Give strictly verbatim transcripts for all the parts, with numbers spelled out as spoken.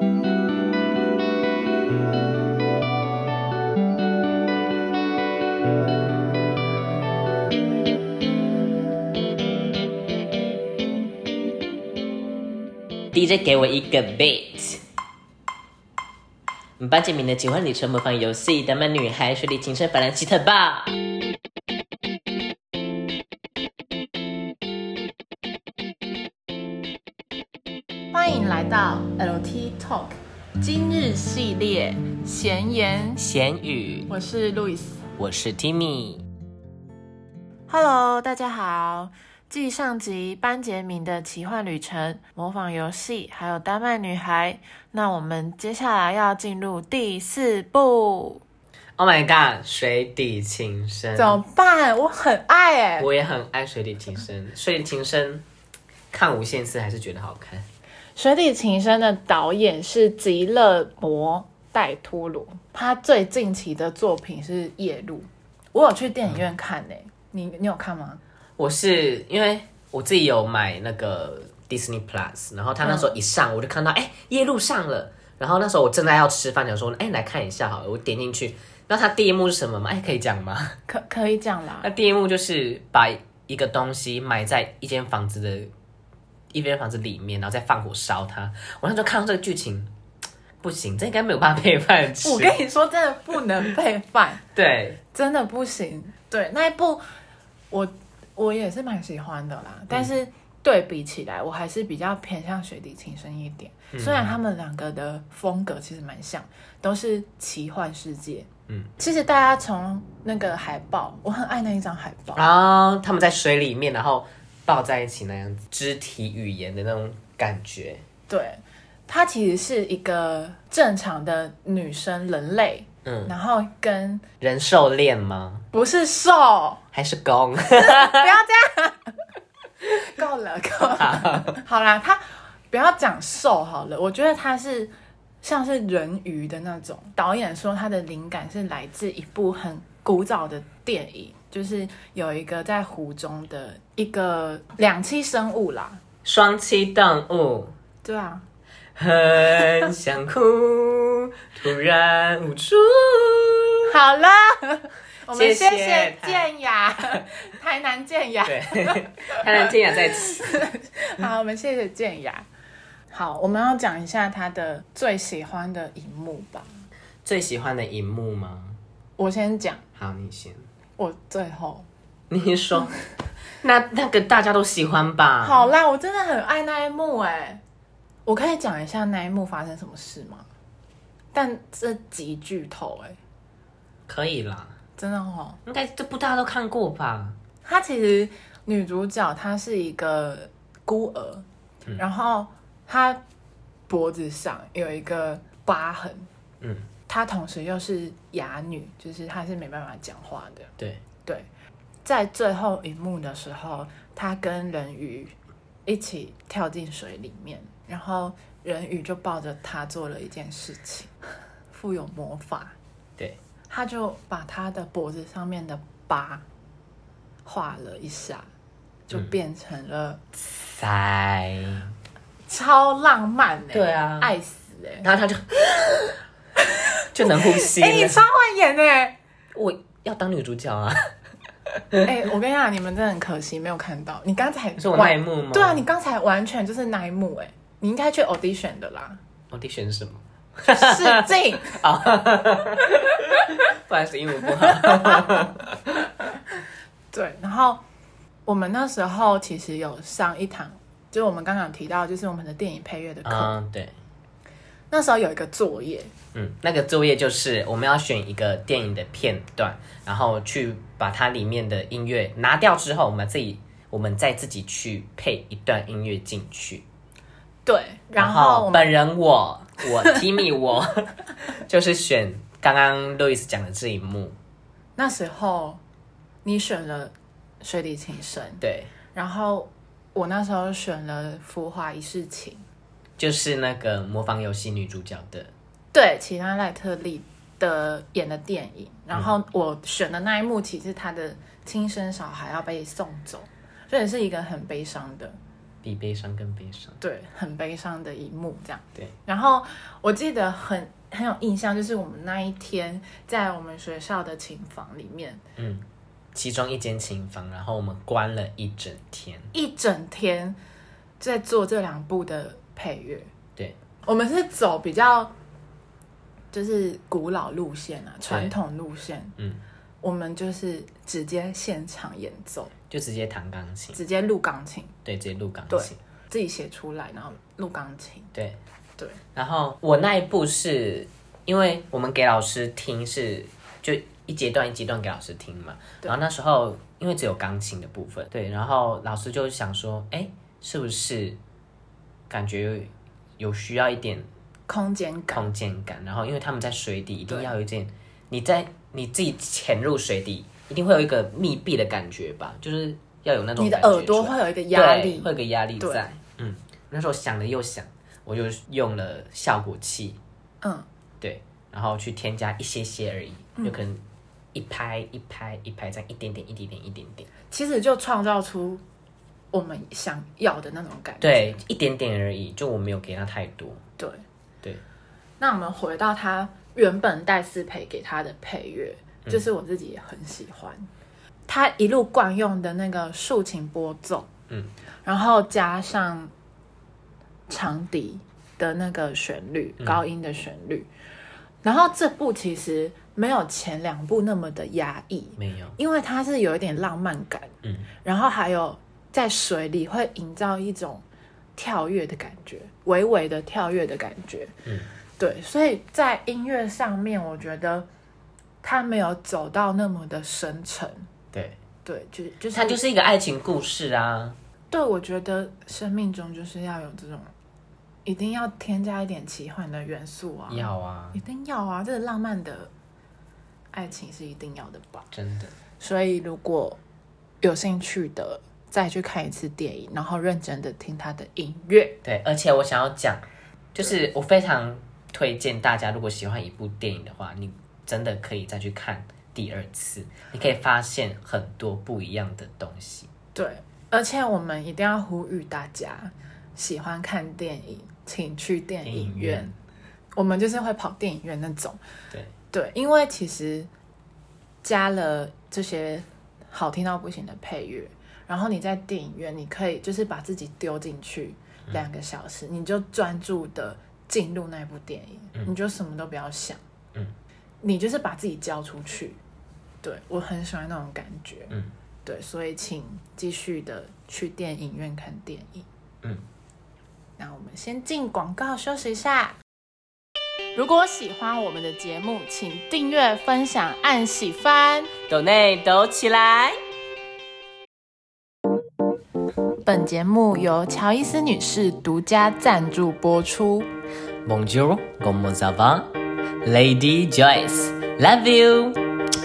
D J 给我一个 beat。班杰明的奇幻旅程模仿游戏，丹麦女孩水里情深，法兰奇特吧。 欢迎来到 L T Talk 今日系列闲言闲语， 我是 Louis， 我是 Timmy。Hello， 大家好。继上集班杰明的奇幻旅程、模仿游戏，还有丹麦女孩，那我们接下来要进入第四部。 Oh my god， 水底情深怎么办？我很爱哎、 欸，我也很爱水底情深。水底情深看无限次还是觉得好看。 水底情深的导演是吉勒摩戴托罗，他最近期的作品是《夜路》，我有去电影院看哎、欸，你你有看吗？ 我是因为我自己有买那个 Disney Plus， 然后他那时候一上，嗯、我就看到哎，夜路上了。然后那时候我正在要吃饭，想说哎，来看一下好了。我点进去，那他第一幕是什么吗？哎，可以讲吗？ 可可以讲啦。 那第一幕就是把一个东西埋在一间房子的一间房子里面，然后再放火烧它。我那时候看到这个剧情，不行，这应该没有办法配饭吃。 我跟你说，真的不能配饭， 对， 真的不行。对，那一部我。我也是蛮喜欢的啦，嗯、但是对比起来，我还是比较偏向水底情深一点。嗯、虽然他们两个的风格其实蛮像，都是奇幻世界。嗯，其实大家从那个海报，我很爱那一张海报啊，他们在水里面，然后抱在一起那样子，肢体语言的那种感觉。 对，它其实是一个正常的女生人类。嗯，然后跟人兽恋吗？ 不是兽， 还是公？ 不要这样，够了，够了。好, 好啦，他不要讲兽好了，我觉得他是像是人鱼的那种。导演说他的灵感是来自一部很古早的电影，就是有一个在湖中的一个两栖生物啦， 双栖动物。 对啊。 很想哭，突然无助。 好了，我们谢谢健雅，台南健雅， 对，台南健雅在此。 好，我们谢谢健雅。好，我们要讲一下他的最喜欢的荧幕吧。 最喜欢的荧幕吗？ 我先讲。 好，你先。 我最后。 你说，那那个大家都喜欢吧？ 好啦，我真的很爱那一幕哎、欸。我可以讲一下那一幕发生什么事吗？但这极剧透哎、欸， 可以啦， 真的哦， 应该这部大家都看过吧？ 她其实女主角她是一个孤儿，嗯、然后她脖子上有一个疤痕，嗯，她同时又是哑女，就是她是没办法讲话的， 对对，在最后一幕的时候，她跟人鱼一起跳进水里面。然后人鱼就抱着他做了一件事情，富有魔法。 对， 他就把他的脖子上面的疤画了一下，就变成了塞、嗯， 超浪漫哎、欸！ 对啊， 爱死哎、欸！ 然后他就就能呼吸了。 哎、欸，你超会演哎、欸！ 我要当女主角啊！ 哎、欸，我跟你讲，你们真的很可惜没有看到。你刚才是我那一幕吗？ 对啊，你刚才完全就是那一幕哎、欸！你应该去 audition 的啦。 audition 是什么？ 试镜。 哦，不好意思，英文不好。 对，然后我们那时候其实有上一堂，就是我们刚刚提到，就是我们的电影配乐的课。 嗯，对。 那时候有一个作业， 嗯，那个作业就是我们要选一个电影的片段，然后去把它里面的音乐拿掉之后，我们自己我们再自己去配一段音乐进去。 对，然后, 然后本人我我 Timmy 我就是选刚刚 Louis 讲的这一幕。 那时候你选了水底情深， 对， 然后我那时候选了浮华一世情， 就是那个模仿游戏女主角的， 对，齐拉奈特利的演的电影。然后我选的那一幕其实他的亲生小孩要被送走，所以是一个很悲伤的比悲伤更悲伤。 对，很悲伤的一幕这样。 对， 然后我记得很很有印象，就是我们那一天在我们学校的琴房里面， 嗯，其中一间琴房，然后我们关了一整天， 一整天在做这两部的配乐。 对， 我们是走比较就是古老路线啊，传统路线。嗯，我们就是直接现场演奏， 就直接弹钢琴， 直接录钢琴。 对，直接录钢琴， 自己写出来，然后录钢琴。 对对。 然后我那一部是因为我们给老师听是就一阶段一阶段给老师听嘛，然后那时候因为只有钢琴的部分，对，然后老师就想说，哎，是不是感觉有需要一点空间感， 空间感，然后因为他们在水底，一定要有一点，你在你自己潜入水底，一定会有一个密闭的感觉吧，就是要有那种你的耳朵会有一个压力， 会有一个压力在。嗯，那时候想了又想，我就用了效果器，嗯，对，然后去添加一些些而已，嗯、就可能一拍一拍一拍这样一点点一点点一点点， 其实就创造出我们想要的那种感觉。 对，一点点而已，就我没有给他太多。 对对， 那我们回到他原本戴思培给他的配乐，嗯、就是我自己也很喜欢，他一路惯用的那个竖琴拨奏，嗯，然后加上长笛的那个旋律，嗯、高音的旋律，然后这部其实没有前两部那么的压抑， 没有， 因为它是有一点浪漫感，嗯，然后还有在水里会营造一种跳跃的感觉，微微的跳跃的感觉，嗯，对，所以在音乐上面，我觉得它没有走到那么的深沉， 对对，就就是它就是一个爱情故事啊。 对，我觉得生命中就是要有这种，一定要添加一点奇幻的元素啊， 要啊， 一定要啊，这个浪漫的爱情是一定要的吧， 真的。 所以如果有兴趣的，再去看一次电影，然后认真的听他的音乐。 对，而且我想要讲，就是我非常推荐大家，如果喜欢一部电影的话，你真的可以再去看第二次，你可以发现很多不一样的东西。 对，而且我们一定要呼吁大家，喜欢看电影，请去电影院。院我们就是会跑电影院那种。 对对，因为其实加了这些好听到不行的配乐。然后你在电影院，你可以就是把自己丢进去两个小时，嗯、你就专注的进入那部电影，嗯、你就什么都不要想，嗯、你就是把自己交出去。对，我很喜欢那种感觉，嗯、对，所以请继续的去电影院看电影。嗯，那我们先进广告休息一下。如果喜欢我们的节目，请订阅、分享、按喜欢， 抖内抖起来。 本节目由乔伊斯女士独家赞助播出。 Bonjour, comment ça va? Lady Joyce, love you.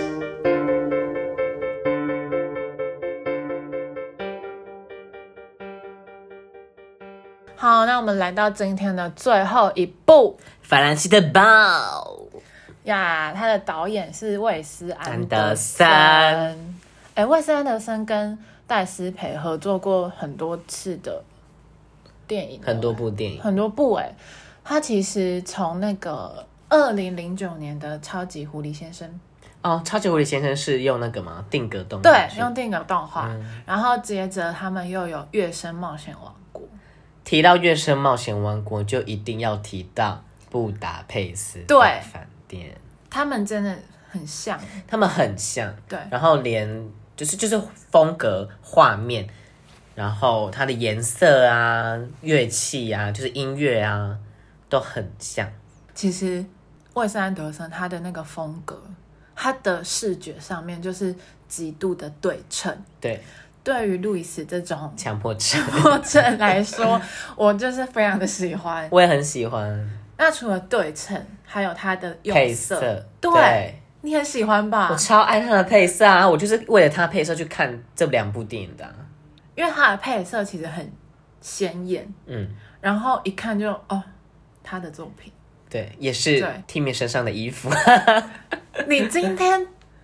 好，那我们来到今天的最后一部， 法兰西的豹呀，他的导演是魏斯安德森。哎，魏斯安德森跟戴思培合作过很多次的电影， 很多部电影， 很多部哎。他其实从那个二零零九年的《超级狐狸先生》 哦，《超级狐狸先生》是用那个吗？定格动画？ 对，用定格动画。嗯、然后接着他们又有《月升冒险王国》。 提到《月升冒险王国》，就一定要提到布达佩斯大饭店。 他们真的很像， 他们很像。 对， 然后连。就是就是风格、画面，然后它的颜色啊、乐器啊，就是音乐啊，都很像。 其实魏斯安德森他的那个风格，他的视觉上面就是极度的对称。 对， 对于路易斯这种强迫症强迫症来说，我就是非常的喜欢。 我也很喜欢。 那除了对称，还有他的用配色， 对。对你很喜欢吧？ 我超爱他的配色啊！我就是为了他的配色去看这两部电影的、啊， 因为他的配色其实很鲜艳，嗯，然后一看就哦，他的作品， 对，也是 Timmy 身上的衣服。 你今天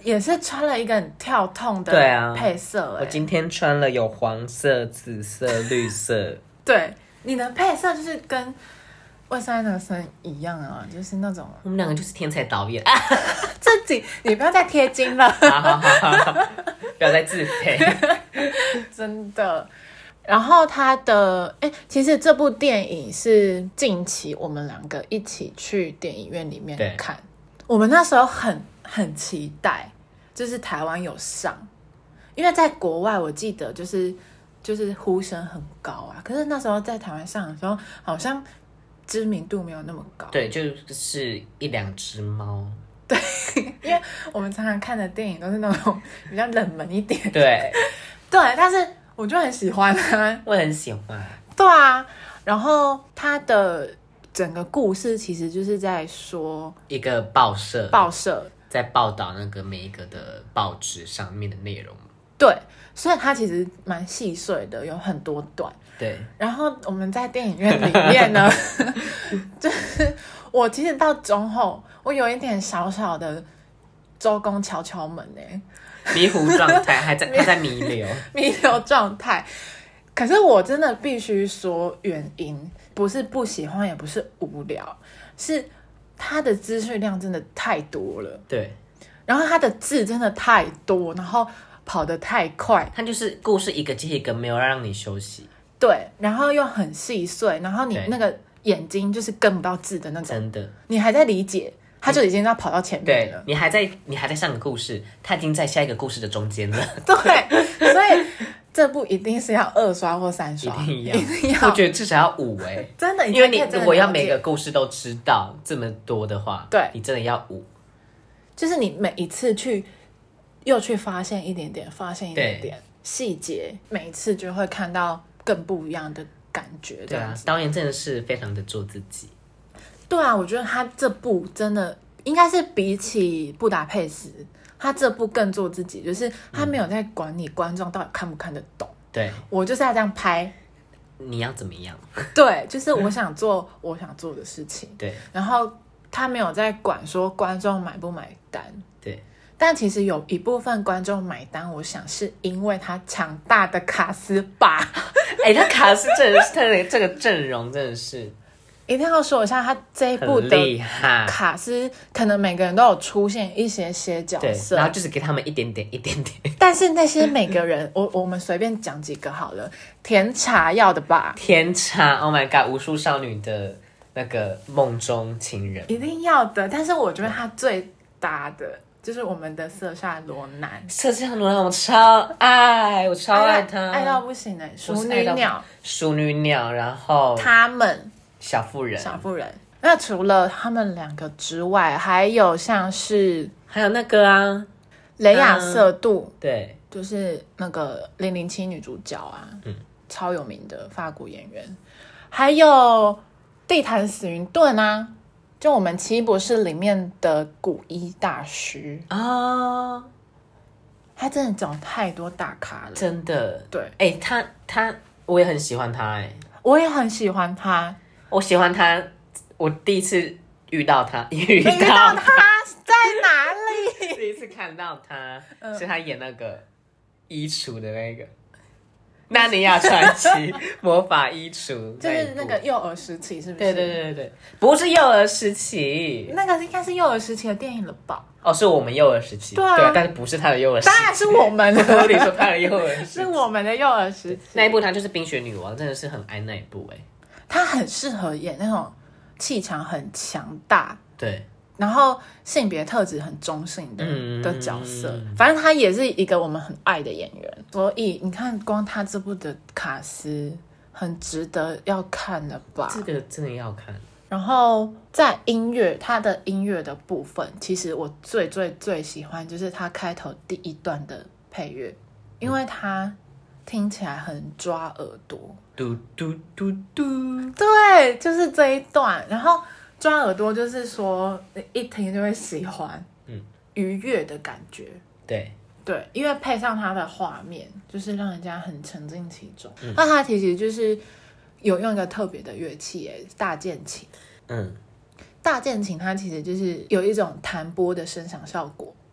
也是穿了一个很跳痛的对啊配色、欸。 我今天穿了有黄色、紫色、绿色。 对，你的配色就是跟魏三的森一样啊，就是那种我们两个就是天才导演。 自己，你不要再贴金了。 好好好好，不要再自肥。 真的。然后他的哎，其实这部电影是近期我们两个一起去电影院里面看，我们那时候很很期待，就是台湾有上，因为在国外我记得就是就是呼声很高啊，可是那时候在台湾上的时候，好像知名度没有那么高。 对，就是一两只猫。 对，因为我们常常看的电影都是那种比较冷门一点。 对， 对，但是我就很喜欢啊， 我很喜欢。 对啊，然后他的整个故事其实就是在说一个报社， 报社在报道那个每一个的报纸上面的内容。 对，所以它其实蛮细碎的，有很多段。 对， 然后我们在电影院里面呢，就是我其实到中后，我有一点小小的周公敲敲门哎， 迷糊状态，还在还在弥留， 弥留状态。可是我真的必须说，原因不是不喜欢，也不是无聊，是它的资讯量真的太多了。 对， 然后它的字真的太多，然后跑得太快， 它就是故事一个接一个，没有让你休息。 对，然后又很细碎，然后你那个眼睛就是跟不到字的那种， 真的， 你还在理解，他就已经要跑到前面了。 对，你还在你还在上个故事，他已经在下一个故事的中间了。 对，所以这部一定是要二刷或三刷， 一定要， 一定要。 我觉得至少要五哎、欸， 真的， 因为你如果要每个故事都知道这么多的话， 对， 你真的要五， 就是你每一次去又去发现一点点，发现一点点细节，每一次就会看到更不一样的感觉。 对啊，导演真的是非常的做自己。 对啊，我觉得他这部真的应该是比起布达佩斯，他这部更做自己，就是他没有在管你观众到底看不看得懂。 对， 我就是要这样拍， 你要怎么样？ 对，就是我想做我想做的事情。 对， 然后他没有在管说观众买不买单。 对， 但其实有一部分观众买单，我想是因为他强大的卡斯吧。 哎、欸，他卡斯真的是他的这个阵容真的是一定要说一下，他这一部的卡斯可能每个人都有出现一些些角色， 然后就是给他们一点点一点点。 但是那些每个人，我我们随便讲几个好了。甜茶要的吧？ 甜茶 ，Oh my god， 无数少女的那个梦中情人， 一定要的。但是我觉得他最搭的就是我们的瑟夏罗南。 瑟夏罗南我超爱，我超爱他， 爱到不行哎、欸！熟女鸟， 熟女鸟，然后他们小妇人， 小妇人。那除了他们两个之外，还有像是还有那个啊， 雷亚瑟杜、 嗯，对， 就是那个零零七女主角啊， 嗯， 超有名的法国演员。还有地毯死云顿啊，就我们奇异博士里面的古一大师啊、哦， 他真的找太多大咖了， 真的。 对， 哎、欸，他他我也很喜欢他、欸，哎， 我也很喜欢他， 我喜欢他。我第一次遇到他，遇到他, 遇到他在哪里？ 第一次看到他、嗯、是他演那个衣橱的那个《纳尼亚传奇》魔法衣橱， 就是那个幼儿时期，是不是？ 对对对对对，不是幼儿时期， 那个应该是幼儿时期的电影了吧？ 哦，是我们幼儿时期， 对啊， 对，但是不是他的幼儿时期， 当然是我们的。 我跟你说他的幼儿时期是我们的幼儿时期。 那一部他就是《冰雪女王》，真的是很爱那一部哎、欸， 他很适合演那种气场很强大， 对， 然后性别特质很中性的、 嗯、 的角色，反正他也是一个我们很爱的演员，所以你看，光他这部的卡斯很值得要看了吧？ 这个真的要看。 然后在音乐，他的音乐的部分，其实我最最最喜欢就是他开头第一段的配乐，因为他听起来很抓耳朵， 嘟嘟嘟嘟， 对，就是这一段，然后抓耳朵就是说一听就会喜欢，嗯，愉悦的感觉， 对对，因为配上它的画面，就是让人家很沉浸其中。嗯、那它其实就是有用一个特别的乐器，哎，大键琴。嗯，大键琴它其实就是有一种弹拨的声响效果，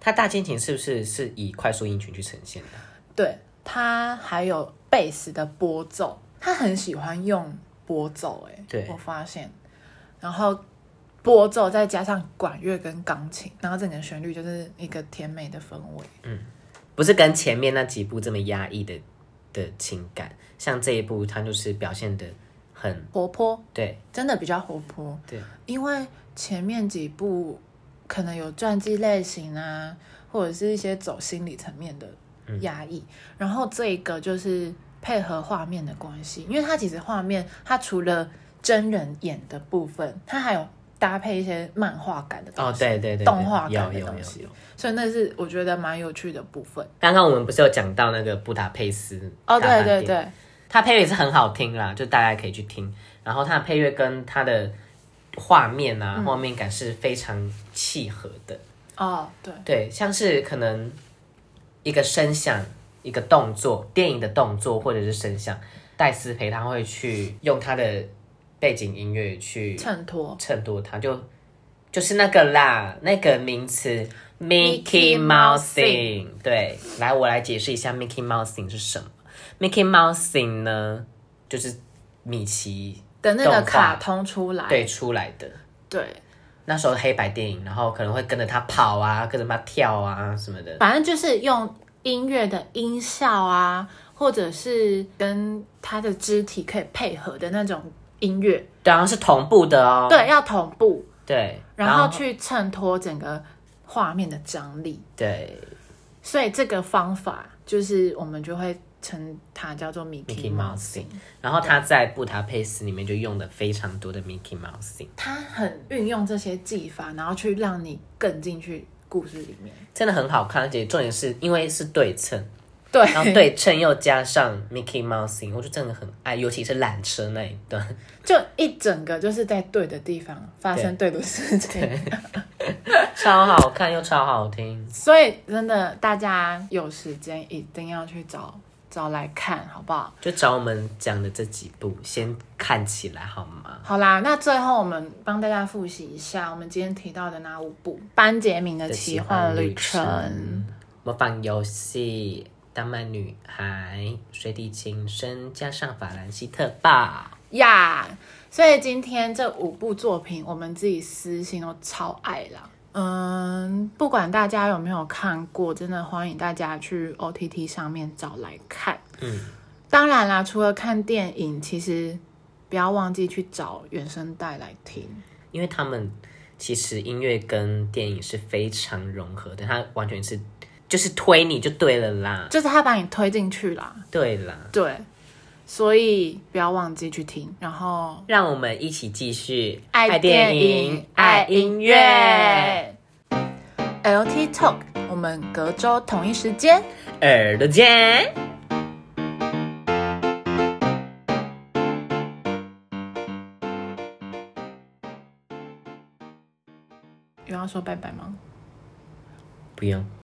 它大键琴是不是是以快速音群去呈现的？ 对，它还有贝斯的拨奏，他很喜欢用拨奏，哎， 对， 我发现，然后拨奏再加上管乐跟钢琴，然后整个旋律就是一个甜美的氛围。 嗯，不是跟前面那几部这么压抑的的情感，像这一部它就是表现的很活泼， 对， 真的比较活泼。 对， 因为前面几部可能有传记类型啊，或者是一些走心理层面的压抑，嗯、然后这个就是配合画面的关系，因为它其实画面它除了真人演的部分，它还有搭配一些漫画感的东西， 哦，对对 对, 对， 动画感的东西， 有有有有， 所以那是我觉得蛮有趣的部分。 刚刚我们不是有讲到那个布达佩斯哦，对对对， 它配乐也是很好听啦，就大家可以去听。然后它的配乐跟它的画面啊，嗯、画面感是非常契合的。 哦，对对，像是可能一个声响、一个动作，电影的动作或者是声响，戴思培他会去用他的背景音乐去衬托衬托它，就就是那个啦，那个名词 Mickey Mousing。对，来我来解释一下 Mickey Mousing 是什么。Mickey Mousing 呢，就是米奇的那个卡通出来， 对出来的， 对。 那时候黑白电影，然后可能会跟着他跑啊，跟着他跳啊什么的， 反正就是用音乐的音效啊，或者是跟他的肢体可以配合的那种音乐， 对，然后是同步的哦， 对，要同步， 对， 然后去衬托整个画面的张力， 对， 所以这个方法就是我们就会称它叫做 Mickey Mousing， 然后他在布达佩斯里面就用了非常多的 Mickey Mousing， 他很运用这些技法，然后去让你更进去故事里面， 真的很好看，而且重点是因为是对称， 对， 然后对称又加上 Mickey Mousing， 我就真的很爱，尤其是缆车那一段， 就一整个就是在对的地方发生对的事情， 超好看又超好听， 所以真的大家有时间一定要去找找来看，好不好？ 就找我们讲的这几部先看起来好吗？ 好啦，那最后我们帮大家复习一下我们今天提到的那五部：班杰明的奇幻旅程、 模仿游戏、丹麦女孩、水底情深，加上法兰西特报呀。Yeah! 所以今天这五部作品，我们自己私心都超爱啦。嗯，不管大家有没有看过，真的欢迎大家去 O T T 上面找来看。嗯，当然啦，除了看电影，其实不要忘记去找原声带来听， 因为他们其实音乐跟电影是非常融合的，它完全是就是推你就对了啦， 就是他把你推进去啦。对啦， 对，所以不要忘记去听，然后让我们一起继续爱电影、爱音乐。L T Talk， 我们隔周同一时间耳朵见。 有要说拜拜吗？ 不用。